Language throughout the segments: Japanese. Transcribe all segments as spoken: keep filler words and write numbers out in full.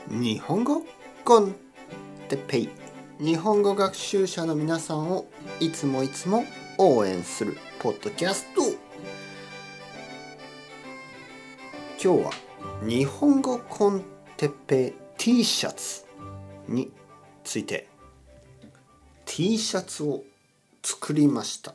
日本語コンテッペイ、日本語学習者の皆さんをいつもいつも応援するポッドキャスト。今日は日本語コンテッペイ T シャツについて T シャツを作りました。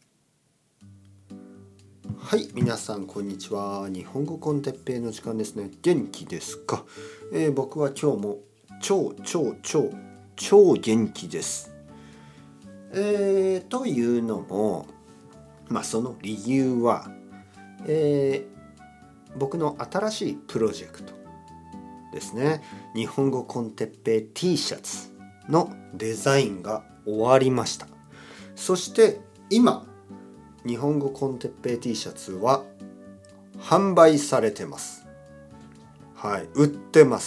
はい、皆さんこんにちは。日本語コンテッペイの時間ですね。元気ですか？えー、僕は今日も超超超超元気です。えー、というのも、まあその理由は、えー、僕の新しいプロジェクトですね。日本語コンテッペイ T シャツのデザインが終わりました。そして今日本語コンテッペイ T シャツは販売されてます。はい、売ってます。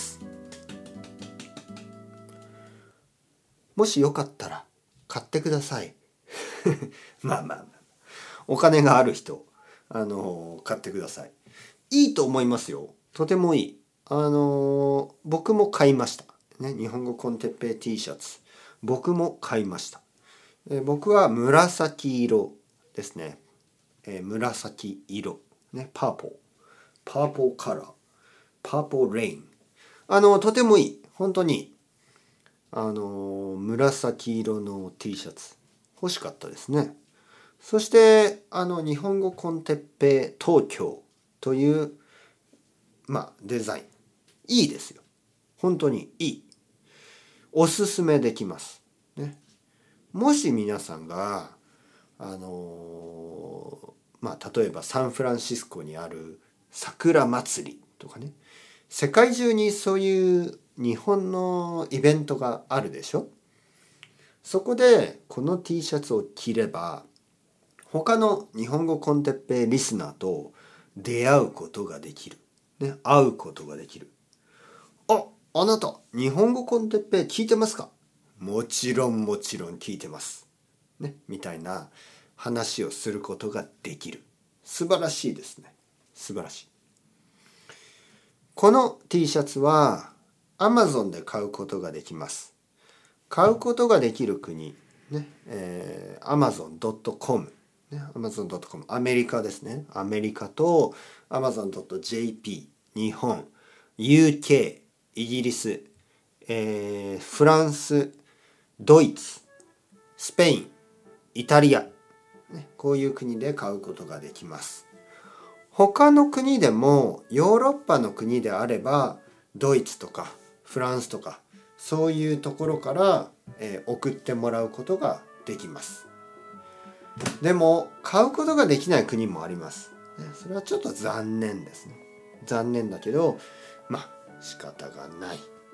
もしよかったら買ってください。まあまあまあ、お金がある人、あの買ってください。いいと思いますよ。とてもいい。あの僕も買いました。ね、日本語コンテッペイ T シャツ、僕も買いました。え僕は紫色ですね。えー、紫色、ね、パーポー、パーポーカラー、パーポーレイン。あのとてもいい。本当にあの紫色の T シャツ欲しかったですね。そしてあの日本語コンテッペイ東京というまあデザインいいですよ。本当にいい。おすすめできます。ね、もし皆さんがあのまあ例えばサンフランシスコにある桜祭りとかね、世界中にそういう日本のイベントがあるでしょ。そこでこの T シャツを着れば他の日本語コンテッペイリスナーと出会うことができる、ね、会うことができる。あ、あなた日本語コンテッペイ聞いてますか？もちろんもちろん聞いてます、ね、みたいな話をすることができる。素晴らしいですね。素晴らしい。この T シャツは Amazon で買うことができます。買うことができる国、ねえー、アマゾンドットコム、ね、アマゾンドットコム アメリカですね。アメリカと アマゾンドットジェーピー 日本、ユーケー イギリス、えー、フランス、ドイツ、スペイン、イタリア、ね、こういう国で買うことができます。他の国でもヨーロッパの国であればドイツとかフランスとかそういうところから、えー、送ってもらうことができます。でも買うことができない国もあります。それはちょっと残念ですね。残念だけどまあ仕方がない。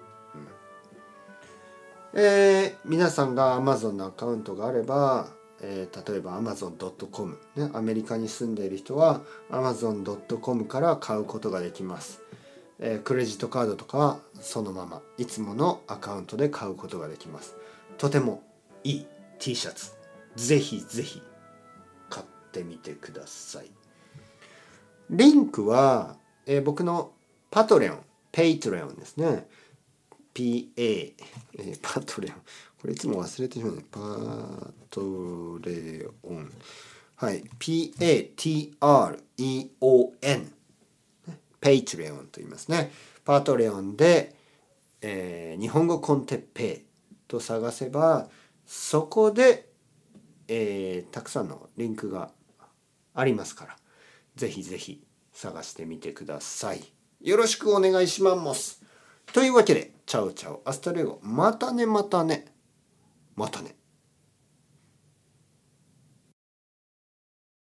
うん、えー、皆さんが Amazon のアカウントがあれば、えー、例えば アマゾンドットコム、ね、アメリカに住んでいる人は アマゾンドットコム から買うことができます。えー、クレジットカードとかはそのままいつものアカウントで買うことができます。とてもいい T シャツ、ぜひぜひ買ってみてください。リンクは、えー、僕のパトレオン、ペイトレオンですね。ピーエー、えー、パトレオン。これいつも忘れてしまうね。パトレオン。はい。ピーエーティーアールイーオーエヌ。ペイトレオンと言いますね。パトレオンで、えー、日本語コンテッペイと探せば、そこで、えー、たくさんのリンクがありますから、ぜひぜひ探してみてください。よろしくお願いします。というわけで、チャオチャオ、アスタレゴ、またねまたね、またね。